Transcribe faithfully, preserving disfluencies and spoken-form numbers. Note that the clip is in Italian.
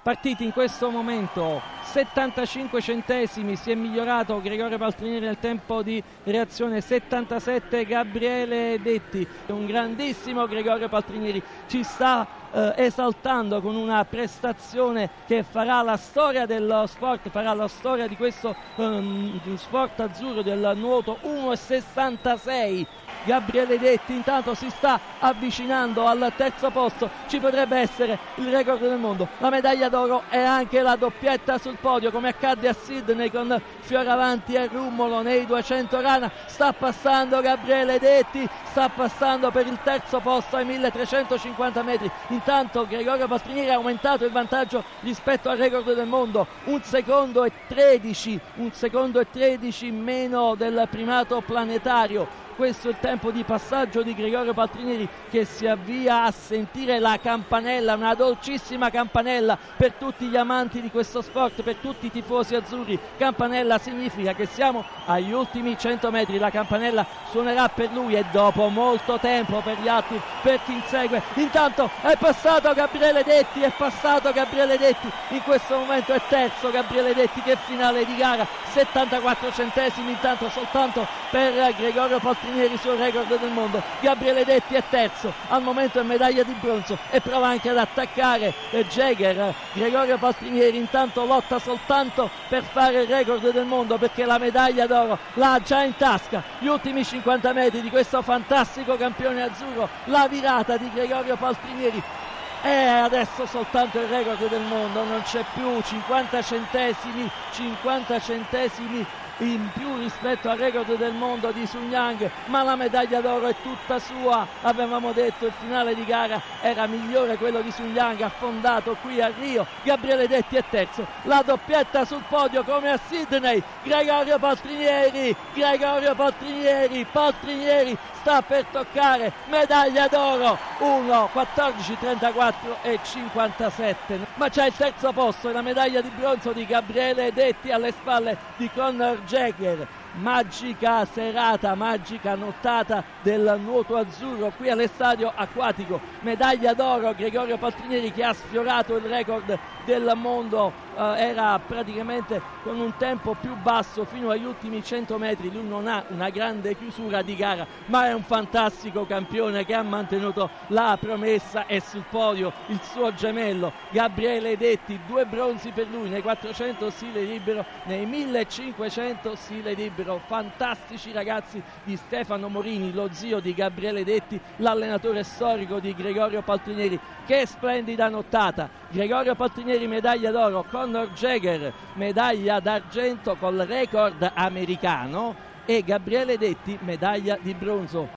partiti in questo momento settantacinque centesimi, si è migliorato Gregorio Paltrinieri nel tempo di reazione, settantasette Gabriele Detti. Un grandissimo Gregorio Paltrinieri, ci sta eh, esaltando con una prestazione che farà la storia dello sport, farà la storia di questo um, sport azzurro del nuoto. Uno e sessantasei Gabriele Detti intanto si sta avvicinando al terzo posto, ci potrebbe essere il record del mondo, la medaglia d'oro e anche la doppietta sul podio, come accadde a Sydney con Fioravanti e Rummolo nei duecento rana. Sta passando Gabriele Detti, sta passando per il terzo posto ai milletrecentocinquanta metri. Intanto Gregorio Paltrinieri ha aumentato il vantaggio rispetto al record del mondo, un secondo e tredici, un secondo e tredici meno del primato planetario. Questo è il tempo di passaggio di Gregorio Paltrinieri, che si avvia a sentire la campanella, una dolcissima campanella per tutti gli amanti di questo sport, per tutti i tifosi azzurri. Campanella significa che siamo agli ultimi cento metri, la campanella suonerà per lui e dopo molto tempo per gli altri, per chi insegue. Intanto è passato Gabriele Detti, è passato Gabriele Detti, in questo momento è terzo Gabriele Detti. Che finale di gara, settantaquattro centesimi intanto soltanto per Gregorio Paltrinieri sul record del mondo. Gabriele Detti è terzo, al momento è medaglia di bronzo e prova anche ad attaccare Jäger. Gregorio Paltrinieri intanto lotta soltanto per fare il record del mondo, perché la medaglia d'oro l'ha già in tasca. Gli ultimi cinquanta metri di questo fantastico campione azzurro, la virata di Gregorio Paltrinieri. E adesso soltanto il record del mondo, non c'è più, cinquanta centesimi, cinquanta centesimi in più rispetto al record del mondo di Sun Yang, ma la medaglia d'oro è tutta sua. Avevamo detto il finale di gara era migliore quello di Sun Yang, affondato qui a Rio. Gabriele Detti è terzo, la doppietta sul podio come a Sydney. Gregorio Paltrinieri, Gregorio Paltrinieri, Paltrinieri sta per toccare medaglia d'oro. Uno, quattordici, trentaquattro e cinquantasette, ma c'è il terzo posto e la medaglia di bronzo di Gabriele Detti alle spalle di Conor Jäger. Magica serata, magica nottata del nuoto azzurro qui all'Estadio Acquatico. Medaglia d'oro Gregorio Paltrinieri, che ha sfiorato il record del mondo, eh, era praticamente con un tempo più basso fino agli ultimi cento metri. Lui non ha una grande chiusura di gara, ma è un fantastico campione che ha mantenuto la promessa. E sul podio il suo gemello Gabriele Detti, due bronzi per lui nei quattrocento stile libero, nei millecinquecento stile libero. Fantastici ragazzi di Stefano Morini, lo zio di Gabriele Detti, l'allenatore storico di Gregorio Paltrinieri. Che splendida nottata! Gregorio Paltrinieri medaglia d'oro, Conor Jäger medaglia d'argento col record americano e Gabriele Detti medaglia di bronzo.